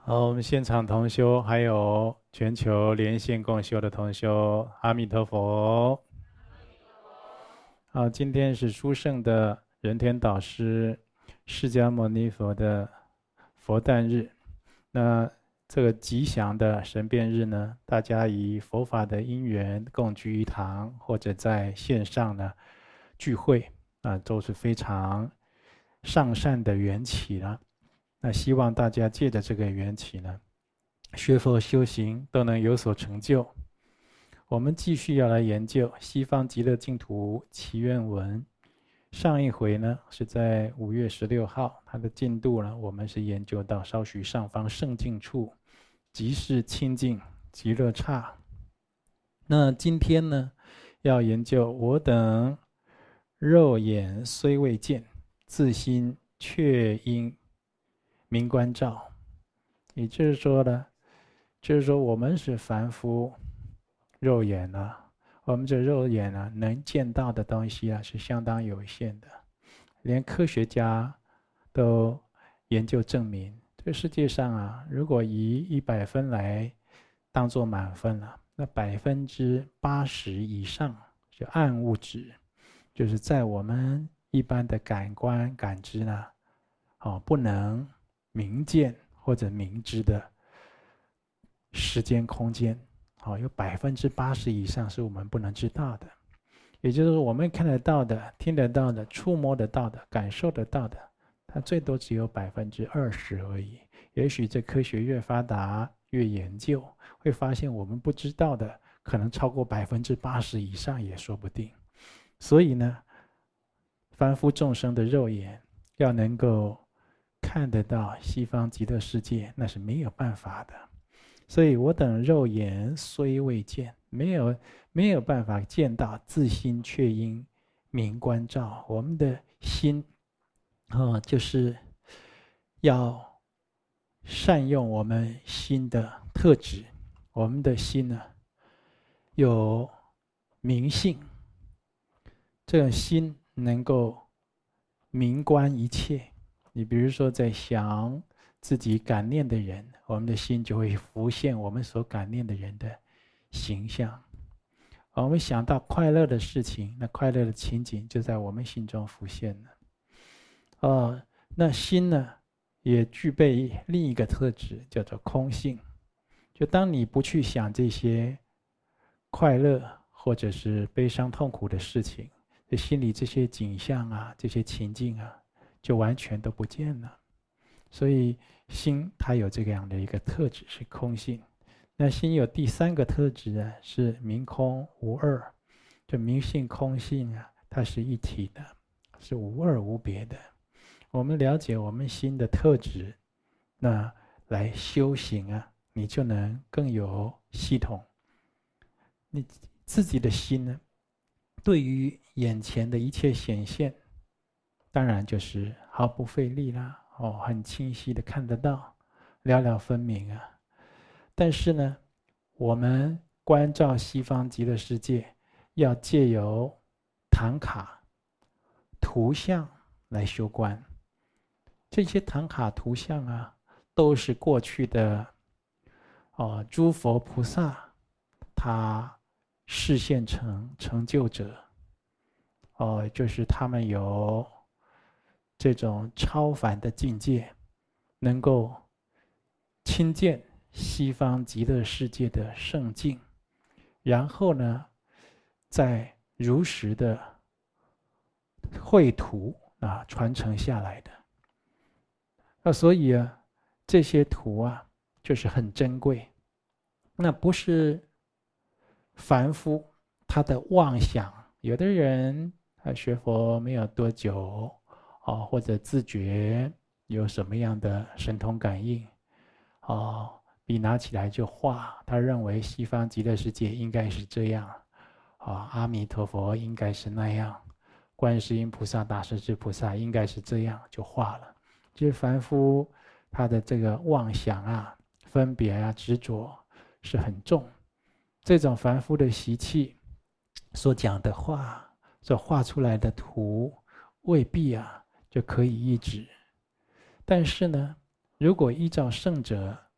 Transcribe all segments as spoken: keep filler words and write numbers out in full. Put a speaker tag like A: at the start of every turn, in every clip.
A: 好，我们现场同修，还有全球连线共修的同修，阿弥陀佛。好，今天是殊胜的人天导师释迦牟尼佛的佛诞日。那这个吉祥的神变日呢，大家以佛法的因缘共聚一堂，或者在线上呢聚会啊，都是非常上善的缘起了。那希望大家借着这个缘起呢，学佛修行都能有所成就。我们继续要来研究《西方极乐净土祈愿文》。上一回呢是在五月十六号，它的进度呢，我们是研究到稍许上方圣境处，即是清净极乐刹。那今天呢，要研究我等肉眼虽未见，自心却应明观照。也就是说呢，就是说我们是凡夫肉眼啊，我们这肉眼啊能见到的东西啊是相当有限的，连科学家都研究证明，这个世界上啊，如果以一百分来当做满分了，那百分之八十以上就暗物质，就是在我们一般的感官感知呢，哦，不能明见或者明知的时间空间，好，有百分之八十以上是我们不能知道的。也就是说，我们看得到的、听得到的、触摸得到的、感受得到的，它最多只有百分之二十而已。也许这科学越发达、越研究，会发现我们不知道的可能超过百分之八十以上也说不定。所以呢，凡夫众生的肉眼要能够看得到西方极乐世界，那是没有办法的。所以我等肉眼虽未见，没有没有办法见到，自心却应明观照。我们的心，哦，就是要善用我们心的特质。我们的心呢，有明性，这个心能够明观一切。你比如说，在想自己感念的人，我们的心就会浮现我们所感念的人的形象。我们想到快乐的事情，那快乐的情景就在我们心中浮现了。哦，那心呢，也具备另一个特质，叫做空性。就当你不去想这些快乐或者是悲伤痛苦的事情，这心里这些景象啊，这些情境啊，就完全都不见了。所以心它有这样的一个特质，是空性。那心有第三个特质呢，是明空无二。这明性空性啊，它是一体的，是无二无别的。我们了解我们心的特质，那来修行啊，你就能更有系统。你自己的心呢，对于眼前的一切显现，当然就是毫不费力啦，哦，很清晰的看得到，了了分明啊。但是呢，我们观照西方极乐世界，要借由唐卡、图像来修观。这些唐卡图像啊，都是过去的哦诸佛菩萨他示现成成就者，哦，就是他们有这种超凡的境界，能够亲见西方极乐世界的圣境，然后呢，再如实的绘图啊传承下来的。那所以啊，这些图啊，就是很珍贵。那不是凡夫他的妄想。有的人他学佛没有多久，哦，或者自觉有什么样的神通感应，哦，笔拿起来就画，他认为西方极乐世界应该是这样，啊，阿弥陀佛应该是那样，观世音菩萨、大势至菩萨应该是这样，就画了。就是凡夫他的这个妄想啊、分别啊、执着是很重，这种凡夫的习气所讲的话、所画出来的图，未必啊就可以抑制。但是呢，如果依照圣者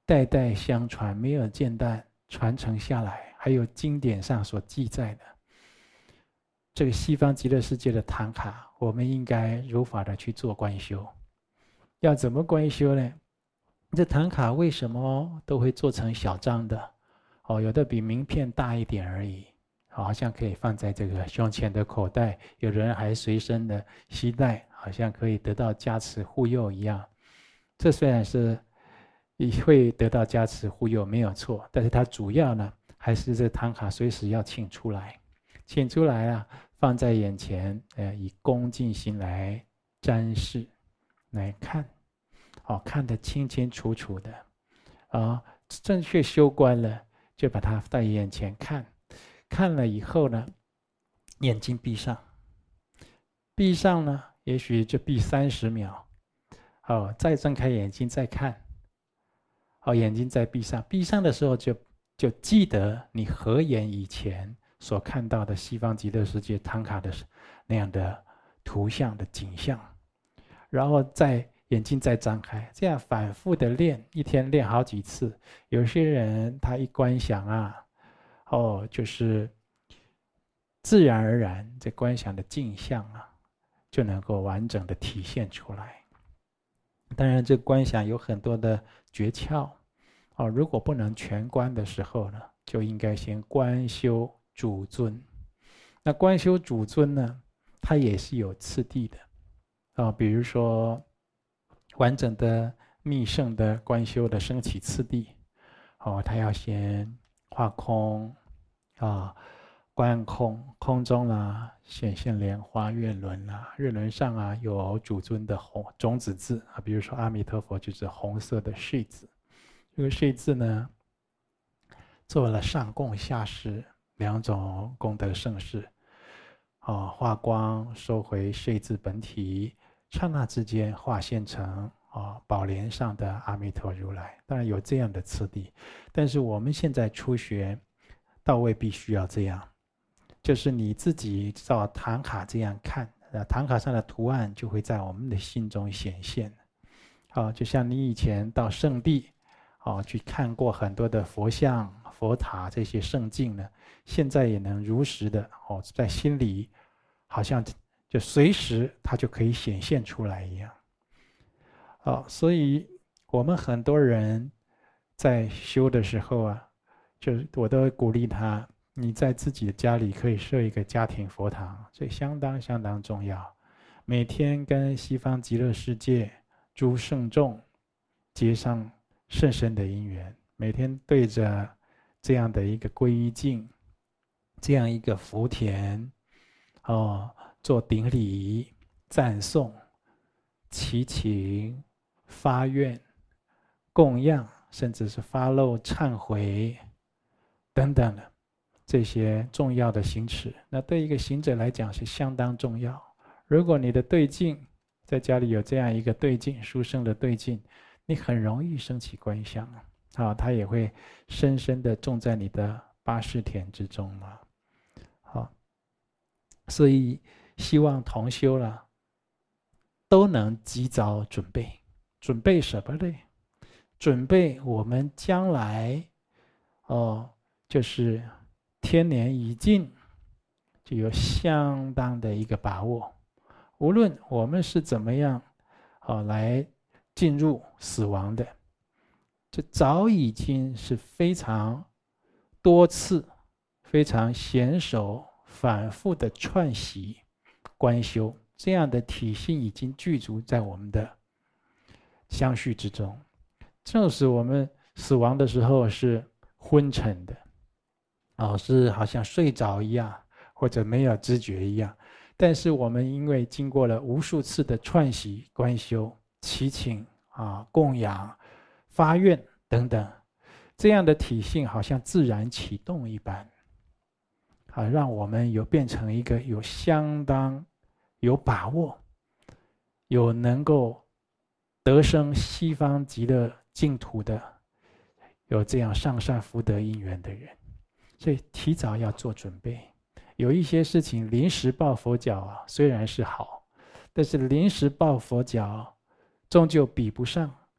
A: 代代相传，没有间断传承下来，还有经典上所记载的这个西方极乐世界的唐卡，我们应该如法的去做观修。要怎么观修呢？这唐卡为什么都会做成小张的？哦，有的比名片大一点而已，好像可以放在这个胸前的口袋，有的人还随身的携带，好像可以得到加持护佑一样。这虽然是会得到加持护佑没有错，但是它主要呢，还是这唐卡随时要请出来，请出来啊，放在眼前，呃，以恭敬心来瞻视，来看。哦，看得清清楚楚的，啊、哦，正确修观了，就把它在眼前看，看了以后呢，眼睛闭上，闭上呢，也许就闭三十秒，哦，再睁开眼睛再看，哦，眼睛再闭上，闭上的时候就就记得你合眼以前所看到的西方极乐世界唐卡的那样的图像的景象，然后再。眼睛再张开，这样反复的练，一天练好几次。有些人他一观想啊，哦，就是自然而然，这观想的镜像啊，就能够完整的体现出来。当然，这观想有很多的诀窍哦。如果不能全观的时候呢，就应该先观修主尊。那观修主尊呢，它也是有次第的啊、哦，比如说。完整的密圣的观修的升起次第，哦，他要先画空，啊，观空，空中啦显现莲花月轮啦，月轮上啊有主尊的红种子字啊，比如说阿弥陀佛就是红色的税字，这个税字呢，做了上供下施两种功德盛事，啊，化光收回税字本体。刹那之间化现成啊宝莲上的阿弥陀如来，当然有这样的次第，但是我们现在初学，倒未必需要这样，就是你自己照唐卡这样看，唐卡上的图案就会在我们的心中显现。啊，就像你以前到圣地，啊去看过很多的佛像、佛塔这些圣境呢，现在也能如实的哦在心里，好像。就随时它就可以显现出来一样，哦，所以我们很多人在修的时候啊，就是我都会鼓励他，你在自己的家里可以设一个家庭佛堂，这相当相当重要。每天跟西方极乐世界诸圣众结上甚深的因缘，每天对着这样的一个皈依境，这样一个福田，哦。做顶礼、赞颂、祈请、发愿、供养，甚至是发露忏悔等等的这些重要的行持，那对一个行者来讲是相当重要。如果你的对境在家里有这样一个对境，殊胜的对境，你很容易升起观想啊，它也会深深的种在你的八识田之中嘛。好，所以。希望同修了，都能及早准备。准备什么呢？准备我们将来，哦，就是天年已尽，就有相当的一个把握。无论我们是怎么样，哦，来进入死亡的，这早已经是非常多次、非常娴熟、反复的串习。观修这样的体性已经具足在我们的相续之中，正是我们死亡的时候是昏沉的，哦，是好像睡着一样，或者没有知觉一样。但是我们因为经过了无数次的串习、观修、祈请啊、供养、发愿等等，这样的体性好像自然启动一般。啊，让我们有变成一个有相当有把握、有能够得生西方极乐净土的，有这样上善福德因缘的人，所以提早要做准备。有一些事情临时抱佛脚啊，虽然是好，但是临时抱佛脚，终究比不上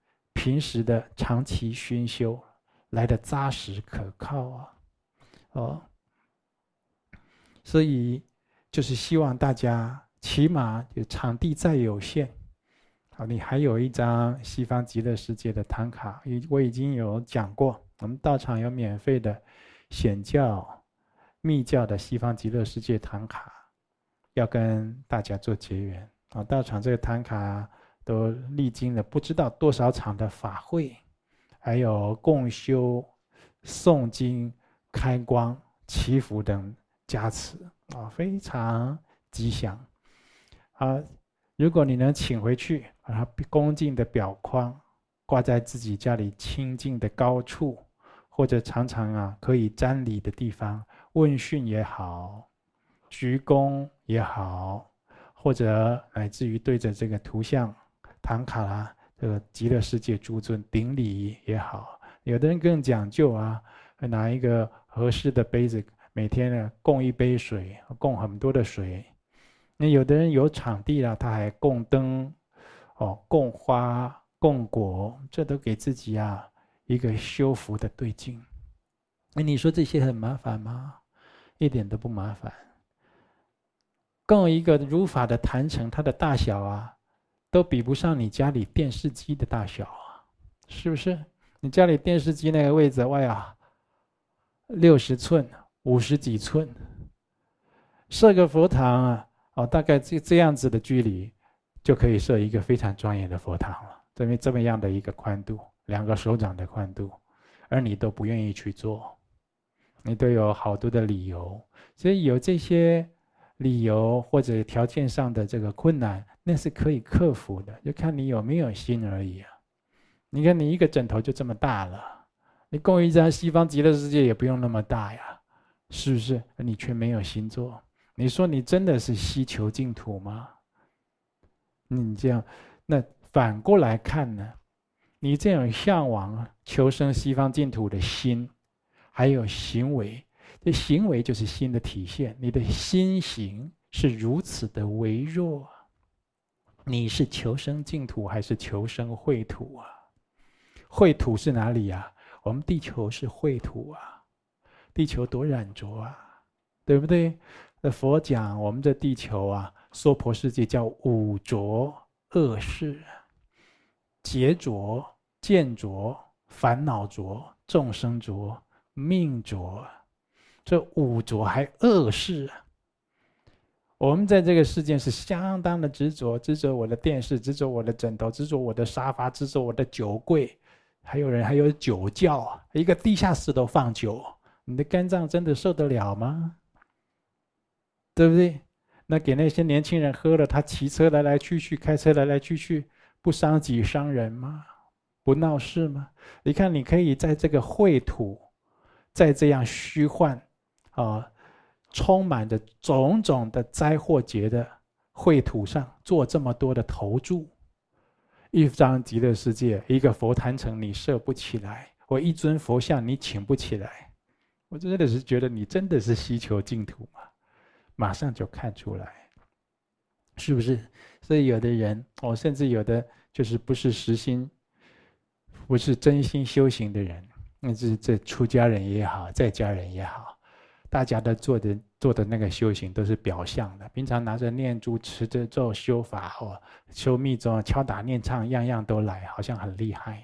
A: 平时的长期熏修来的扎实可靠啊！哦，所以就是希望大家起码场地再有限，好，你还有一张西方极乐世界的唐卡，我已经有讲过，我们道场有免费的显教、密教的西方极乐世界唐卡，要跟大家做结缘啊！道场这个唐卡都历经了不知道多少场的法会，还有共修、诵经、开光、祈福等加持啊，非常吉祥啊！如果你能请回去，把它恭敬的裱框挂在自己家里清净的高处，或者常常啊可以瞻礼的地方，问讯也好，鞠躬也好，或者乃至于对着这个图像唐卡啦，这个极乐世界诸尊顶礼也好。有的人更讲究啊，拿一个合适的杯子，每天呢供一杯水，供很多的水。那有的人有场地了，他还供灯，哦，供花、供果，这都给自己啊一个修福的对境。那你说这些很麻烦吗？一点都不麻烦。供一个如法的坛城，它的大小啊，都比不上你家里电视机的大小啊，是不是？你家里电视机那个位置，哇呀，六十寸、五十几寸，设个佛堂啊。哦，大概这这样子的距离，就可以设一个非常庄严的佛堂了。这么这么样的一个宽度，两个手掌的宽度，而你都不愿意去做，你都有好多的理由。所以有这些理由或者条件上的这个困难，那是可以克服的，就看你有没有心而已啊。你看，你一个枕头就这么大了，你供一张西方极乐世界也不用那么大呀，是不是？你却没有心做。你说你真的是希求净土吗？你这样，那反过来看呢？你这种向往求生西方净土的心，还有行为，这行为就是心的体现。你的心行是如此的微弱，你是求生净土还是求生秽土啊？秽土是哪里啊？我们地球是秽土啊，地球多染浊啊，对不对？佛讲我们这地球啊，娑婆世界叫五浊恶世，劫浊、见浊、烦恼浊、众生浊、命浊，这五浊还恶世啊！我们在这个世界是相当的执着，执着我的电视，执着我的枕头，执着我的沙发，执着我的酒柜，还有人还有酒窖，一个地下室都放酒，你的肝脏真的受得了吗？对不对？那给那些年轻人喝了，他骑车来来去去，开车来来去去，不伤己伤人吗？不闹事吗？你看，你可以在这个秽土，在这样虚幻啊，充满着种种的灾祸劫的秽土上做这么多的投注，一张极乐世界，一个佛坛城你设不起来，我一尊佛像你请不起来，我真的是觉得你真的是希求净土吗？马上就看出来，是不是？所以有的人，哦，甚至有的就是不是实心，不是真心修行的人，那是这出家人也好，在家人也好，大家的做的做的那个修行都是表象的。平常拿着念珠、持着咒、修法哦，修密宗、敲打念唱，样样都来，好像很厉害。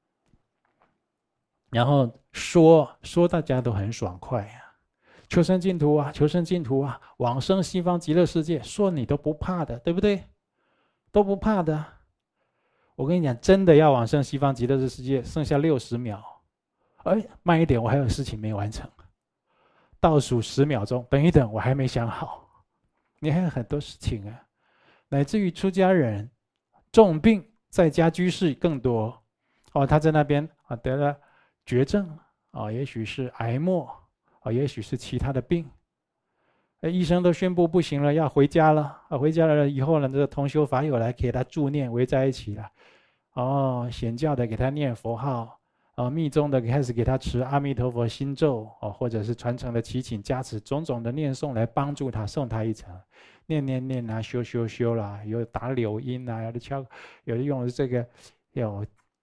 A: 然后说说大家都很爽快呀、啊。求生净土啊，求生净土啊，往生西方极乐世界，说你都不怕的，对不对？都不怕的。我跟你讲，真的要往生西方极乐世界，剩下六十秒，哎，慢一点，我还有事情没完成。倒数十秒钟，等一等，我还没想好。你还有很多事情啊，乃至于出家人重病，在家居士更多。哦，他在那边啊得了绝症啊，也许是癌末。啊，也许是其他的病，医生都宣布不行了，要回家了。啊，回家了以后呢，这个同修法友来给他助念，围在一起了。哦，显教的给他念佛号，哦，密宗的开始给他持阿弥陀佛心咒，哦，或者是传承的祈请加持，种种的念诵来帮助他，送他一程。念念念啊，修修修啦，有打柳音啊，有的敲，有的用这个有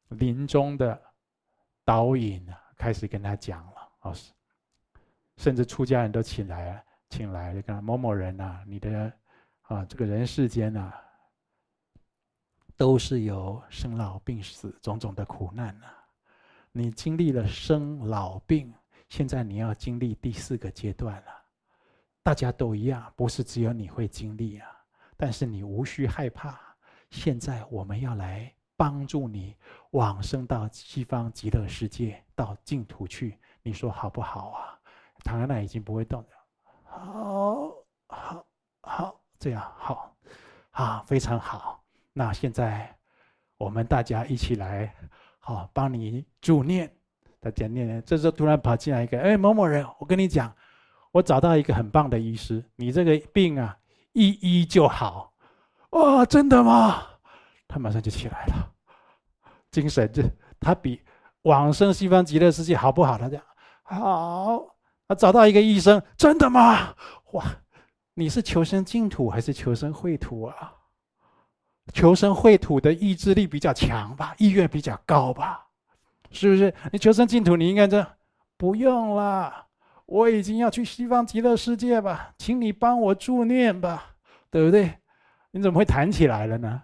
A: 临终的导引啊，开始跟他讲了哦，甚至出家人都请来了，请来了，跟他某某人啊，你的啊这个人世间啊，都是有生老病死种种的苦难啊。你经历了生老病，现在你要经历第四个阶段了。大家都一样，不是只有你会经历啊，但是你无需害怕。现在我们要来帮助你往生到西方极乐世界，到净土去，你说好不好啊？唐安娜已经不会动了，好，好，好，这样好，啊，非常好。那现在我们大家一起来，好，帮你助念。大家念，这时候突然跑进来一个，哎，某某人，我跟你讲，我找到一个很棒的医师，你这个病啊，一医就好。哇，真的吗？他马上就起来了，精神这他比往生西方极乐世界好不好？他讲好，他找到一个医生，真的吗？哇，你是求生净土还是求生秽土啊？求生秽土的意志力比较强吧，意愿比较高吧，是不是？你求生净土，你应该这样，不用啦，我已经要去西方极乐世界吧，请你帮我助念吧，对不对？你怎么会弹起来了呢？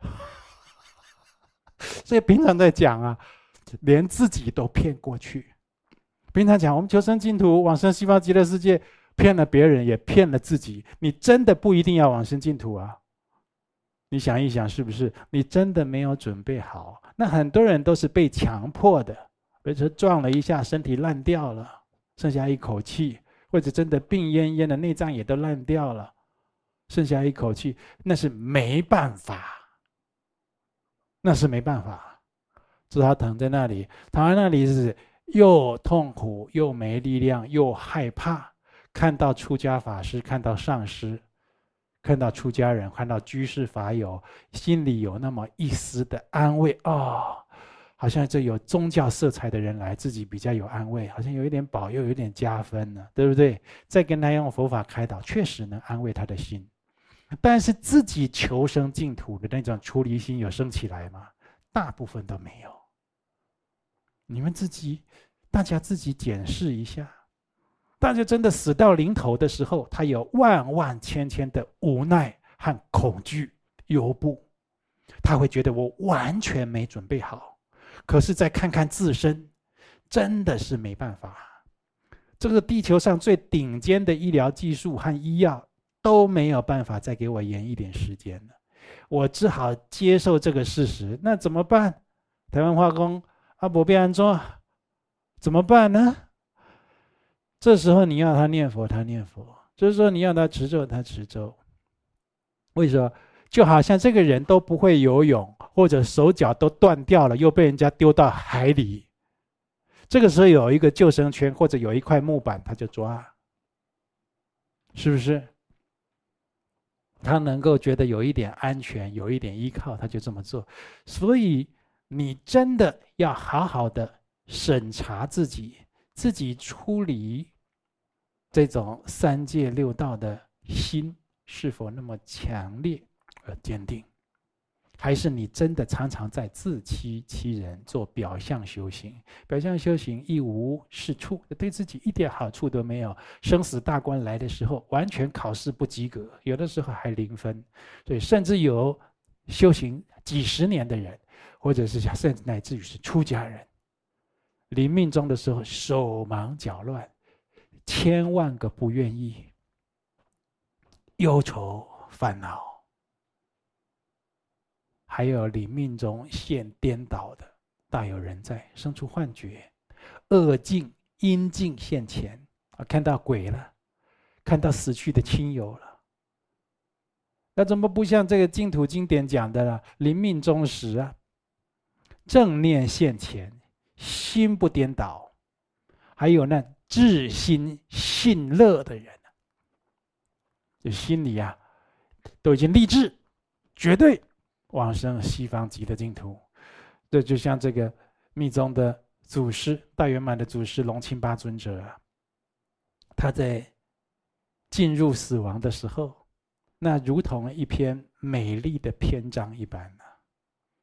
A: 所以平常在讲啊，连自己都骗过去。平常讲我们求生净土，往生西方极乐世界，骗了别人也骗了自己。你真的不一定要往生净土啊。你想一想，是不是你真的没有准备好？那很多人都是被强迫的，而且撞了一下，身体烂掉了，剩下一口气，或者真的病恹恹的，内脏也都烂掉了，剩下一口气，那是没办法，那是没办法。只好躺在那里，躺在那里是又痛苦又没力量又害怕，看到出家法师，看到上师，看到出家人，看到居士法友，心里有那么一丝的安慰哦，好像这有宗教色彩的人来，自己比较有安慰，好像有一点保佑，有一点加分呢，对不对？再跟他用佛法开导，确实能安慰他的心。但是自己求生净土的那种出离心有升起来吗？大部分都没有。你们自己，大家自己检视一下。大家真的死到临头的时候，他有万万千千的无奈和恐惧、忧怖，他会觉得我完全没准备好。可是再看看自身，真的是没办法。这个地球上最顶尖的医疗技术和医药都没有办法再给我延一点时间了，我只好接受这个事实。那怎么办？台湾化工阿伯被安装，怎么办呢？这时候你要他念佛，他念佛；这时候你要他持咒，他持咒。为什么？就好像这个人都不会游泳，或者手脚都断掉了，又被人家丢到海里。这个时候有一个救生圈，或者有一块木板，他就抓，是不是？他能够觉得有一点安全，有一点依靠，他就这么做。所以你真的要好好的审查自己，自己处理这种三界六道的心是否那么强烈而坚定，还是你真的常常在自欺欺人，做表象修行？表象修行一无是处，对自己一点好处都没有。生死大关来的时候，完全考试不及格，有的时候还零分。所以甚至有修行几十年的人，或者是甚至乃至于是出家人，临命终的时候手忙脚乱，千万个不愿意，忧愁烦恼。还有临命中现颠倒的，大有人在，生出幻觉，恶境阴境现前啊，看到鬼了，看到死去的亲友了。那怎么不像这个净土经典讲的了？临命终时啊，正念现前，心不颠倒。还有那至心信乐的人，就心里啊都已经立志，绝对往生西方极乐净土。这就像这个密宗的祖师，大圆满的祖师龙钦巴尊者啊，他在进入死亡的时候，那如同一篇美丽的篇章一般啊，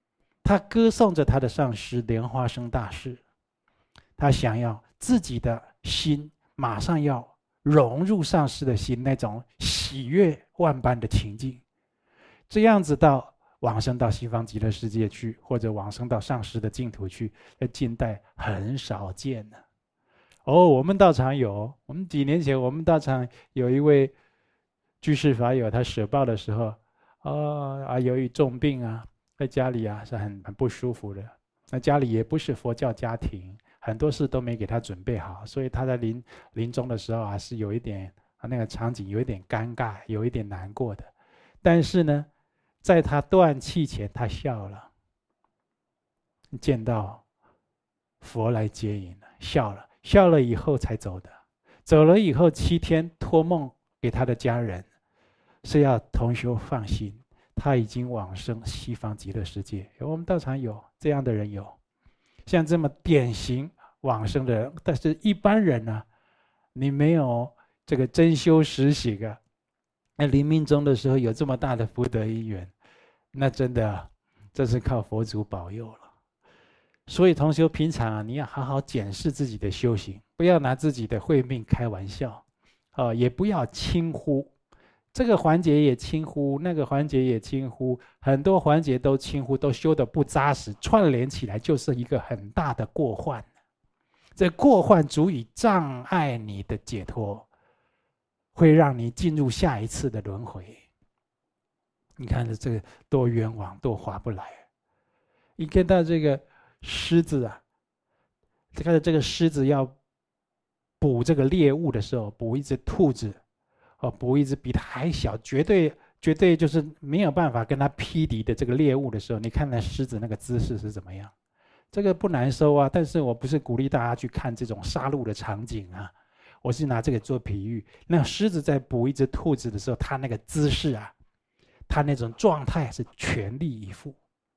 A: 他歌颂着他的上师莲花生大士，他想要自己的心马上要融入上师的心，那种喜悦万般的情境，这样子到往生到西方极乐世界去，或者往生到上师的净土去，在近代很少见的。哦，我们道场有，我们几年前我们道场有一位居士法友，他舍报的时候，哦啊，由于重病啊，在家里啊是很很不舒服的。那家里也不是佛教家庭，很多事都没给他准备好，所以他在临临终的时候啊，是有一点啊那个场景有一点尴尬，有一点难过的。但是呢，在他断气前，他笑了，见到佛来接引了，笑了。笑了以后才走的，走了以后七天托梦给他的家人，是要同修放心，他已经往生西方极乐世界。我们道场有这样的人有，像这么典型往生的人，但是一般人呢、啊，你没有这个真修实行啊，那临命终的时候有这么大的福德因缘，那真的这是靠佛祖保佑了。所以同修平常啊，你要好好检视自己的修行，不要拿自己的慧命开玩笑，哦，也不要轻忽，这个环节也轻忽，那个环节也轻忽，很多环节都轻忽，都修得不扎实，串联起来就是一个很大的过患。这过患足以障碍你的解脱，会让你进入下一次的轮回。你看这个多冤枉，多划不来。一看到这个狮子啊，这个这个狮子要捕这个猎物的时候，捕一只兔子，哦，捕一只比它还小，绝对绝对就是没有办法跟它匹敌的这个猎物的时候，你看那狮子那个姿势是怎么样？这个不难收啊，但是我不是鼓励大家去看这种杀戮的场景啊，我是拿这个做比喻。那狮子在捕一只兔子的时候，它那个姿势啊，它那种状态是全力以赴。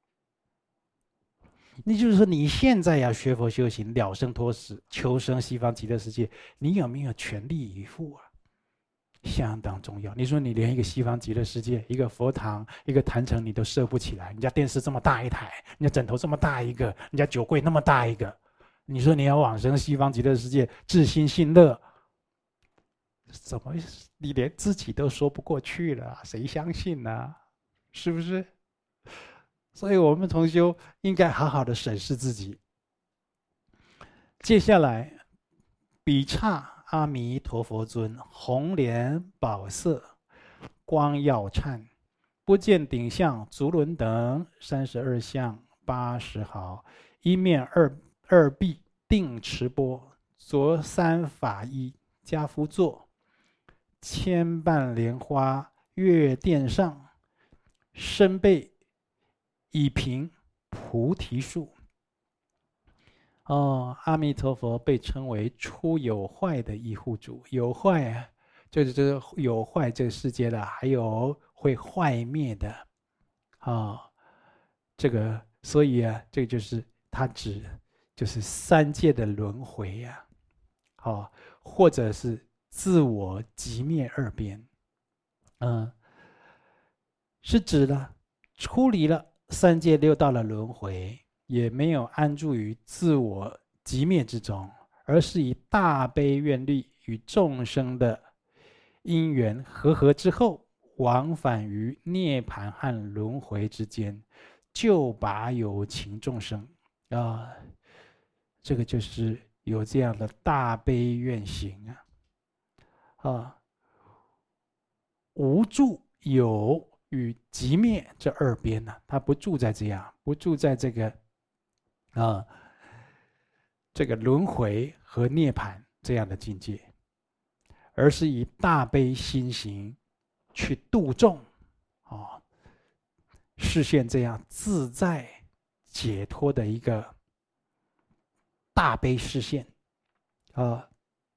A: 那就是说，你现在要学佛修行，了生脱死，求生西方极乐世界，你有没有全力以赴啊？相当重要。你说你连一个西方极乐世界、一个佛堂、一个坛城你都设不起来，人家电视这么大一台，人家枕头这么大一个，人家酒柜那么大一个，你说你要往生西方极乐世界，至心信乐，怎么你连自己都说不过去了？谁相信呢、啊？是不是？所以我们同修应该好好的审视自己。接下来，比刹阿弥陀佛尊，红莲宝色，光耀灿，不见顶相，足轮等三十二相八十毫，一面二二臂定持钵，着三法衣，家夫座，千瓣莲花月殿上，身背以平菩提树。哦，阿弥陀佛被称为出有坏的依护主，有坏啊，就是这个有坏这个世界的，还有会坏灭的，啊、哦，这个所以啊，这个就是它指就是三界的轮回呀、啊，哦，或者是自我寂灭二边，嗯，是指的出离了三界六道的轮回，也没有安住于自我寂灭之中，而是以大悲愿力与众生的因缘和合之后，往返于涅槃和轮回之间，救拔有情众生啊，这个就是有这样的大悲愿行啊，啊，无住有与寂灭这二边呢、啊，他不住在这样，不住在这个啊这个轮回和涅槃这样的境界，而是以大悲心行去度众，啊，实现这样自在解脱的一个大悲视线啊。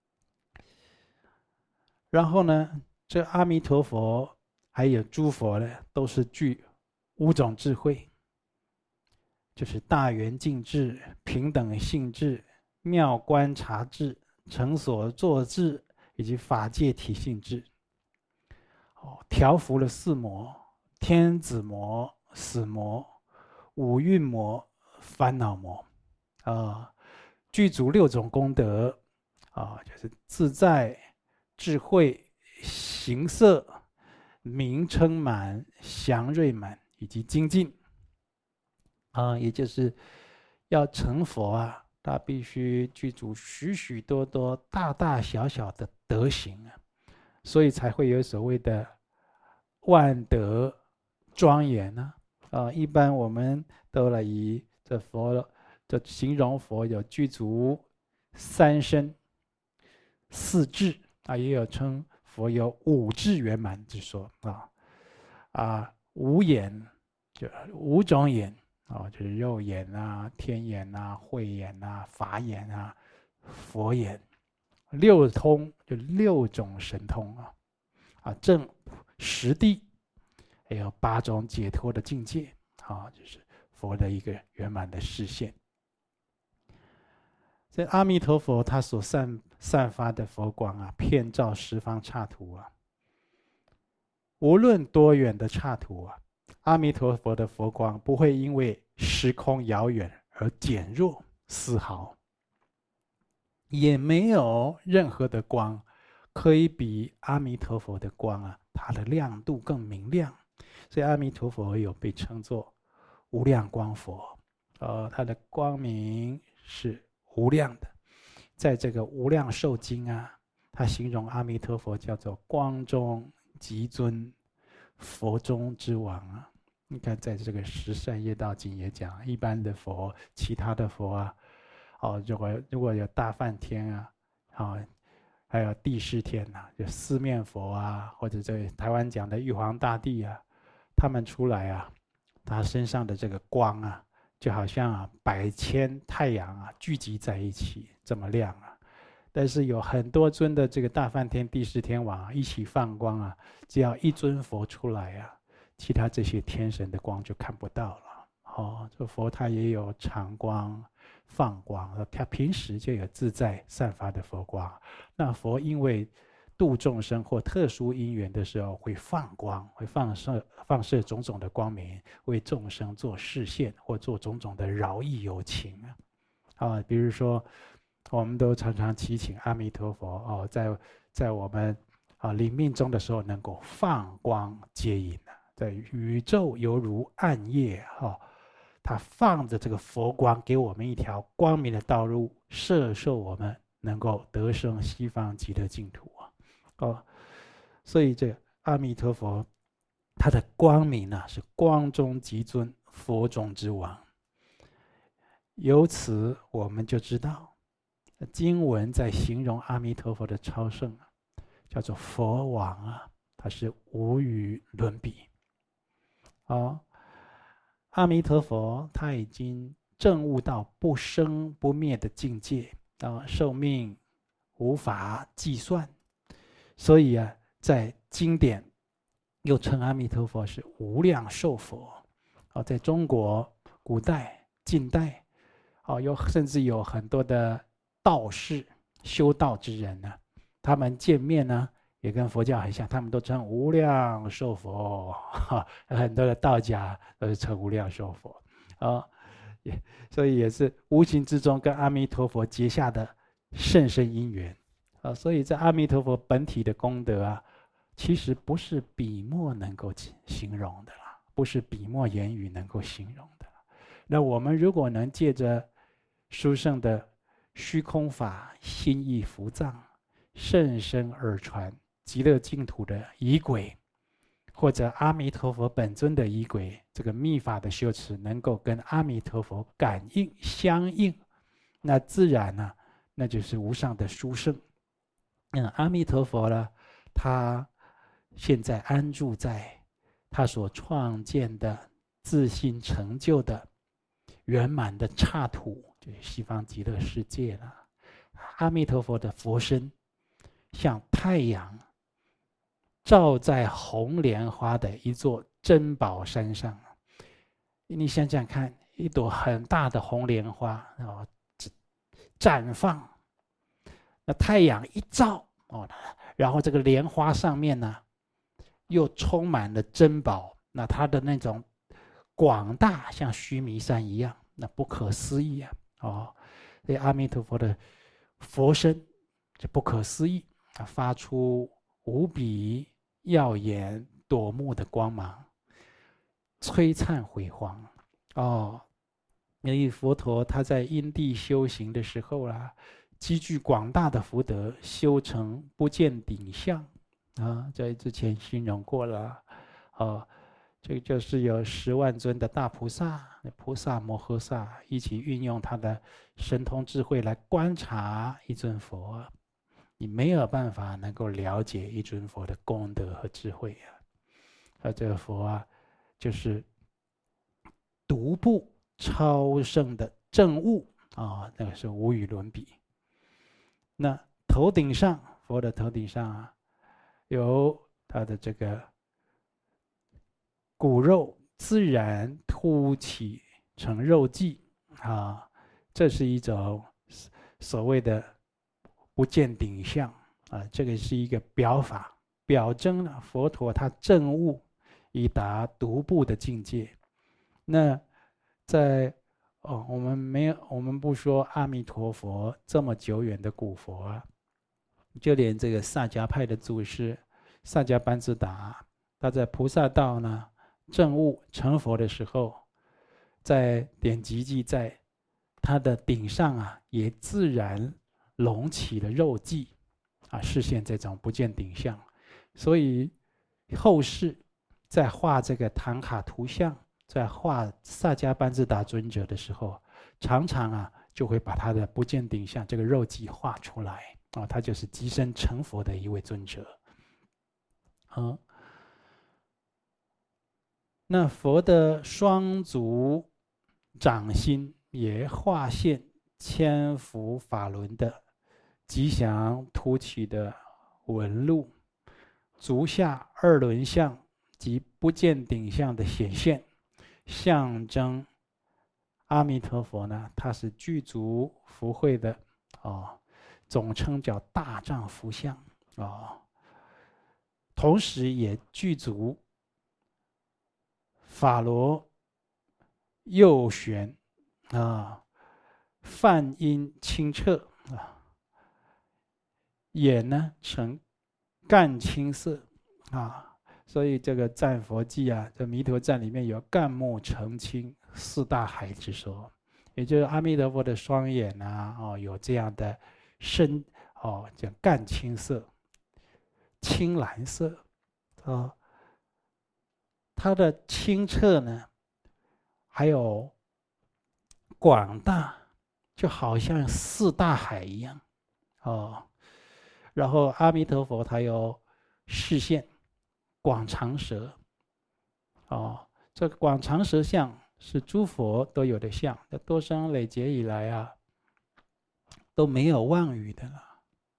A: 然后呢，这阿弥陀佛还有诸佛呢，都是具五种智慧，就是大圆净智、平等性智、妙观察智、成所作智以及法界体性智。哦，调伏了四魔：天子魔、死魔、 五蕴魔、烦恼魔，啊，具足六种功德，啊，就是自在、智慧、行色、名称满、祥瑞满以及精进，啊，也就是要成佛啊，他必须具足许许多多大大小小的德行啊，所以才会有所谓的万德庄严呢。啊，一般我们都来以这佛这形容佛有具足三身、四智啊，也有称佛有五智圆满之说啊啊，五眼就五种眼啊，就是肉眼啊、天眼啊、慧眼啊、法眼啊、佛眼，六通就六种神通啊啊，正十地。还有八种解脱的境界，啊，就是佛的一个圆满的视线。这阿弥陀佛他所散散发的佛光啊，遍照十方刹土啊，无论多远的刹土啊，阿弥陀佛的佛光不会因为时空遥远而减弱丝毫，也没有任何的光可以比阿弥陀佛的光啊，它的亮度更明亮。所以阿弥陀佛有被称作无量光佛，呃，它的光明是无量的。在这个《无量寿经》啊，它形容阿弥陀佛叫做光中极尊，佛中之王啊。你看，在这个《十善业道经》也讲，一般的佛、其他的佛啊，哦，如果如果有大梵天啊，啊、哦，还有帝释天呐、啊，就四面佛啊，或者在台湾讲的玉皇大帝啊。他们出来啊，他身上的这个光啊，就好像啊百千太阳啊聚集在一起，这么亮啊。但是有很多尊的这个大梵天、帝释天王、啊、一起放光啊，只要一尊佛出来啊，其他这些天神的光就看不到了。哦，这佛他也有常光、放光，他平时就有自在散发的佛光。那佛因为度众生或特殊因缘的时候，会放光，会放射放射种种的光明，为众生做示现，或做种种的饶益有情啊。啊，比如说，我们都常常祈请阿弥陀佛哦，在在我们啊临命终的时候，能够放光接引啊，在宇宙犹如暗夜哈，它放着这个佛光，给我们一条光明的道路，摄受我们能够得生西方极乐净土啊。哦，所以这阿弥陀佛，他的光明啊，是光中极尊，佛中之王。由此我们就知道，经文在形容阿弥陀佛的超胜啊，叫做佛王啊，他是无与伦比。哦，阿弥陀佛他已经证悟到不生不灭的境界啊，寿命无法计算。所以啊，在经典又称阿弥陀佛是无量寿佛。哦，在中国古代、近代，哦，有甚至有很多的道士、修道之人呢、啊，他们见面呢，也跟佛教很像，他们都称无量寿佛。哈，很多的道家都是称无量寿佛。啊，也所以也是无形之中跟阿弥陀佛结下的甚深因缘。啊，所以在阿弥陀佛本体的功德啊，其实不是笔墨能够形容的啦，不是笔墨言语能够形容的。那我们如果能借着殊胜的虚空法、心意伏藏、甚深耳传极乐净土的仪轨，或者阿弥陀佛本尊的仪轨，这个密法的修持能够跟阿弥陀佛感应相应，那自然呢、啊，那就是无上的殊胜。嗯，阿弥陀佛呢，他现在安住在他所创建的自心成就的圆满的刹土，就是西方极乐世界了。阿弥陀佛的佛身像太阳照在红莲花的一座珍宝山上。你想想看，一朵很大的红莲花哦，绽放，那太阳一照哦，然后这个莲花上面呢，又充满了珍宝，那它的那种
B: 广大，像须弥山一样，那不可思议啊！哦，这阿弥陀佛的佛身，这不可思议啊，发出无比耀眼夺目的光芒，璀璨辉煌。哦，因为佛陀他在因地修行的时候啦，积聚广大的福德，修成不见顶相啊，在之前形容过了。哦，这个就是有十万尊的大菩萨、菩萨摩诃萨一起运用他的神通智慧来观察一尊佛，你没有办法能够了解一尊佛的功德和智慧啊。而这个佛啊，就是独步超胜的证悟啊，那个是无与伦比。那头顶上，佛的头顶上啊，有他的这个骨肉自然凸起成肉髻啊，这是一种所谓的不见顶相啊，这个是一个表法，表征了佛陀他证悟已达独步的境界。那在哦，我们没有，我们不说阿弥陀佛这么久远的古佛啊，就连这个萨迦派的祖师萨迦班智达，他在菩萨道呢证悟成佛的时候，在典籍记载，他的顶上啊也自然隆起了肉髻啊，示现这种不见顶相。所以后世在画这个唐卡图像，在画萨迦班智达尊者的时候，常常啊就会把他的不见顶相这个肉髻画出来啊，他就是即身成佛的一位尊者。嗯，那佛的双足掌心也化现千幅法轮的吉祥凸起的纹路，足下二轮相及不见顶相的显现，象征阿弥陀佛呢，他是具足福慧的哦，总称叫大丈福相哦，同时也具足法罗右旋啊，梵音清澈啊，眼呢呈紺青色啊，所以这个赞佛记啊，这弥陀赞里面有紺目澄清四大海之说，也就是阿弥陀佛的双眼啊，哦，有这样的深哦，叫紺青色、青蓝色啊。它的清澈呢，还有广大，就好像四大海一样哦。然后阿弥陀佛他有示现广长舌哦，这个广长舌相是诸佛都有的相，在多生累劫以来啊，都没有妄语的了。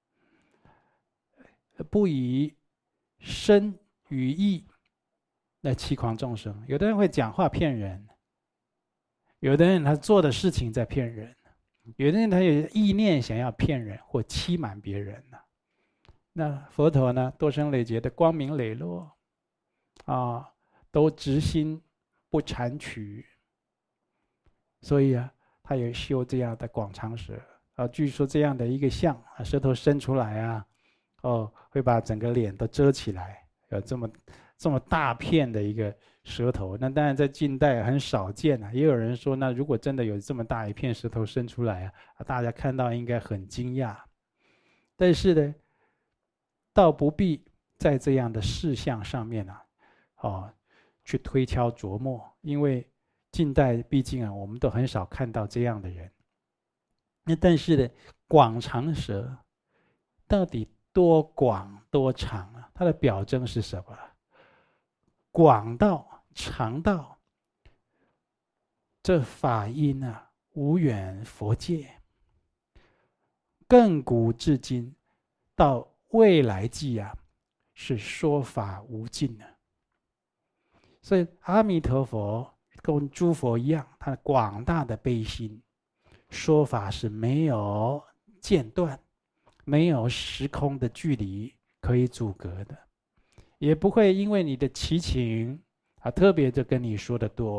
B: 不以身语意来欺诳众生，有的人会讲话骗人，有的人他做的事情在骗人，有的人他有意念想要骗人或欺瞒别人呢。那佛陀呢，多生累劫的光明磊落啊，都直心不谄曲，所以啊，他有修这样的广长舌啊。据说这样的一个相啊，舌头伸出来啊，哦，会把整个脸都遮起来，有这么这么大片的一个舌头。那当然在近代很少见啊，也有人说，那如果真的有这么大一片舌头伸出来啊，大家看到应该很惊讶。但是呢，倒不必在这样的事项上面啊，哦，去推敲琢磨，因为近代毕竟啊，我们都很少看到这样的人。那但是呢，广长舌到底多广多长啊？它的表征是什么？广到长到，这法音啊，无远佛界，亘古至今，到未来际啊，是说法无尽的。所以阿弥陀佛跟诸佛一样，他广大的悲心，说法是没有间断，没有时空的距离可以阻隔的，也不会因为你的祈请啊特别的跟你说的多，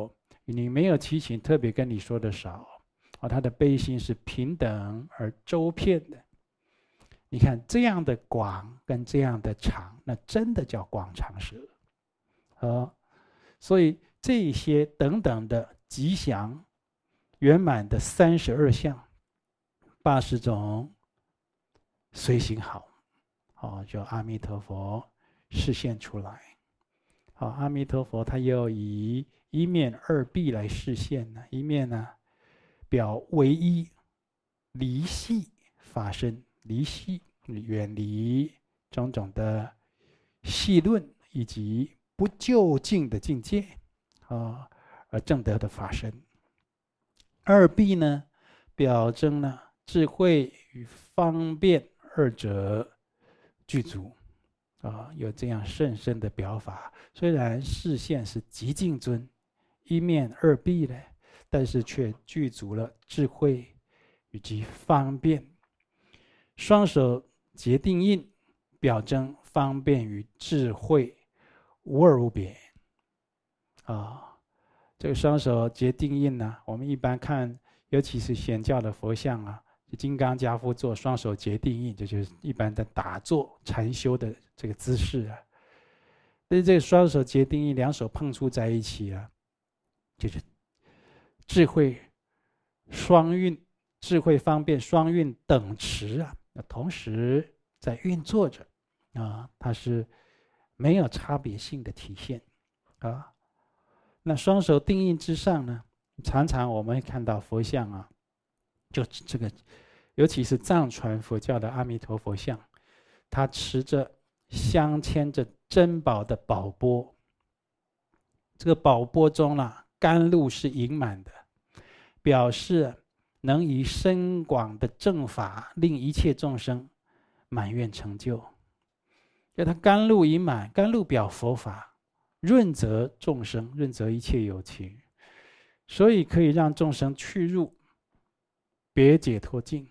B: 你没有七情，特别跟你说的少啊。他的悲心是平等而周遍的。你看这样的广跟这样的长，那真的叫广长舌啊。所以这些等等的吉祥圆满的三十二相、八十种随行好，哦，就阿弥陀佛示现出来。好，阿弥陀佛他又以一面二臂来示现呢，一面呢表唯一离系法身，离系远离种种的戏论以及不究竟的境界啊，而证得的法身。二臂呢，表征呢智慧与方便二者具足啊，有这样甚深的表法。虽然示现是极尽尊，一面二臂呢，但是却具足了智慧以及方便。双手结定印，表征方便与智慧无二无别啊。这个双手结定印呢，我们一般看，尤其是显教的佛像啊，金刚跏趺坐，双手结定印，这就是一般的打坐禅修的这个姿势啊。但是这个双手结定印，两手碰触在一起啊，就是智慧双运，智慧方便双运等持啊，同时在运作着啊，它是没有差别性的体现啊。那双手定印之上呢，常常我们会看到佛像啊，就这个，尤其是藏传佛教的阿弥陀佛像，他持着镶嵌着珍宝的宝钵，这个宝钵中呢、啊，甘露是盈满的，表示能以深广的正法令一切众生满愿成就。就他甘露盈满，甘露表佛法，润泽众生，润泽一切有情，所以可以让众生去入别解脱境。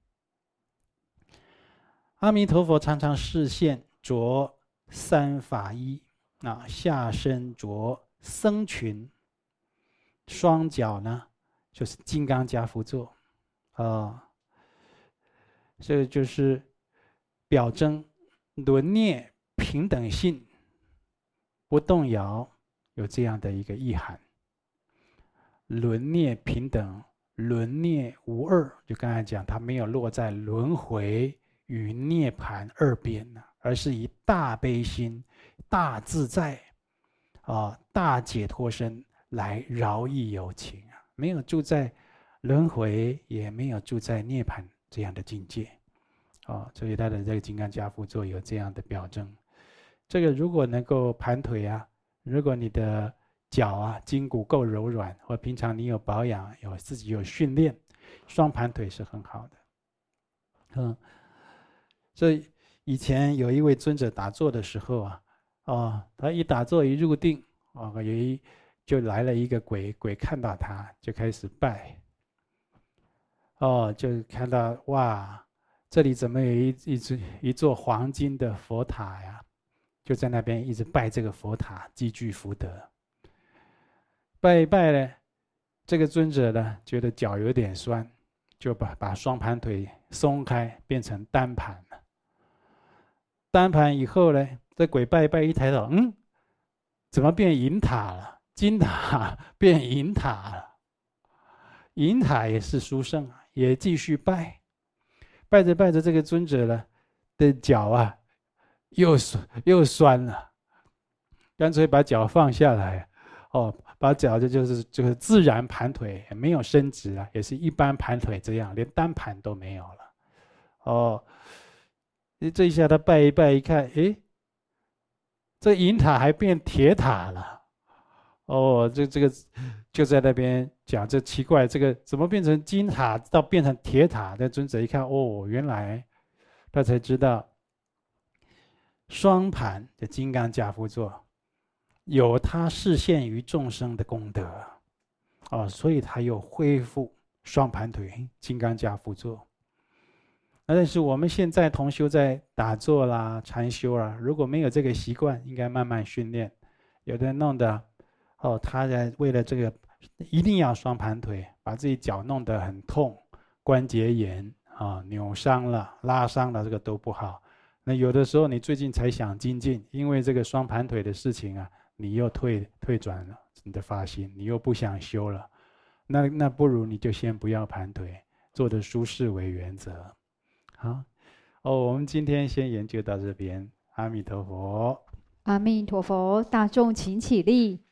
B: 阿弥陀佛常常示现着三法衣啊，下身着僧裙，双脚呢就是金刚跏趺坐啊，这就是表征轮涅平等性不动摇，有这样的一个意涵。轮涅平等，轮涅无二，就刚才讲，它没有落在轮回与涅槃二边呢，而是以大悲心、大自在啊、大解脱身来饶益有情啊，没有住在轮回，也没有住在涅槃这样的境界啊，所以他的这个金刚跏趺坐有这样的表征。这个如果能够盘腿啊，如果你的脚啊筋骨够柔软，或平常你有保养，有自己有训练，双盘腿是很好的。嗯，所以以前有一位尊者打坐的时候啊，哦，他一打坐一入定，哦，有一就来了一个鬼，鬼看到他就开始拜，哦，就看到哇，这里怎么有一一座一座黄金的佛塔呀？就在那边一直拜这个佛塔，积聚福德。拜一拜呢，这个尊者呢觉得脚有点酸，就把把双盘腿松开，变成单盘了。单盘以后呢，这鬼拜一拜一抬头，嗯，怎么变银塔了？金塔变银塔了。银塔也是殊胜啊，也继续拜。拜着拜着，这个尊者呢的脚啊又酸又酸了，干脆把脚放下来，哦，把脚就就是就是自然盘腿，也没有伸直啊，也是一般盘腿这样，连单盘都没有了。哦，这一下他拜一拜一看，诶，这银塔还变铁塔了。哦，这这个就在那边讲，这奇怪，这个怎么变成金塔到变成铁塔？那尊者一看，哦，原来他才知道。双盘的金刚跏趺坐，有他示现于众生的功德，哦，所以他又恢复双盘腿金刚跏趺坐。但是我们现在同修在打坐啦、禅修啦，如果没有这个习惯，应该慢慢训练。有的弄的，哦，他在为了这个一定要双盘腿，把自己脚弄得很痛，关节炎啊，扭伤了、拉伤了，这个都不好。那有的时候你最近才想精进，因为这个双盘腿的事情啊，你又退退转了你的发心，你又不想修了，那那不如你就先不要盘腿，做的舒适为原则。好，哦，我们今天先研究到这边，阿弥陀佛。
C: 阿弥陀佛，大众请起立。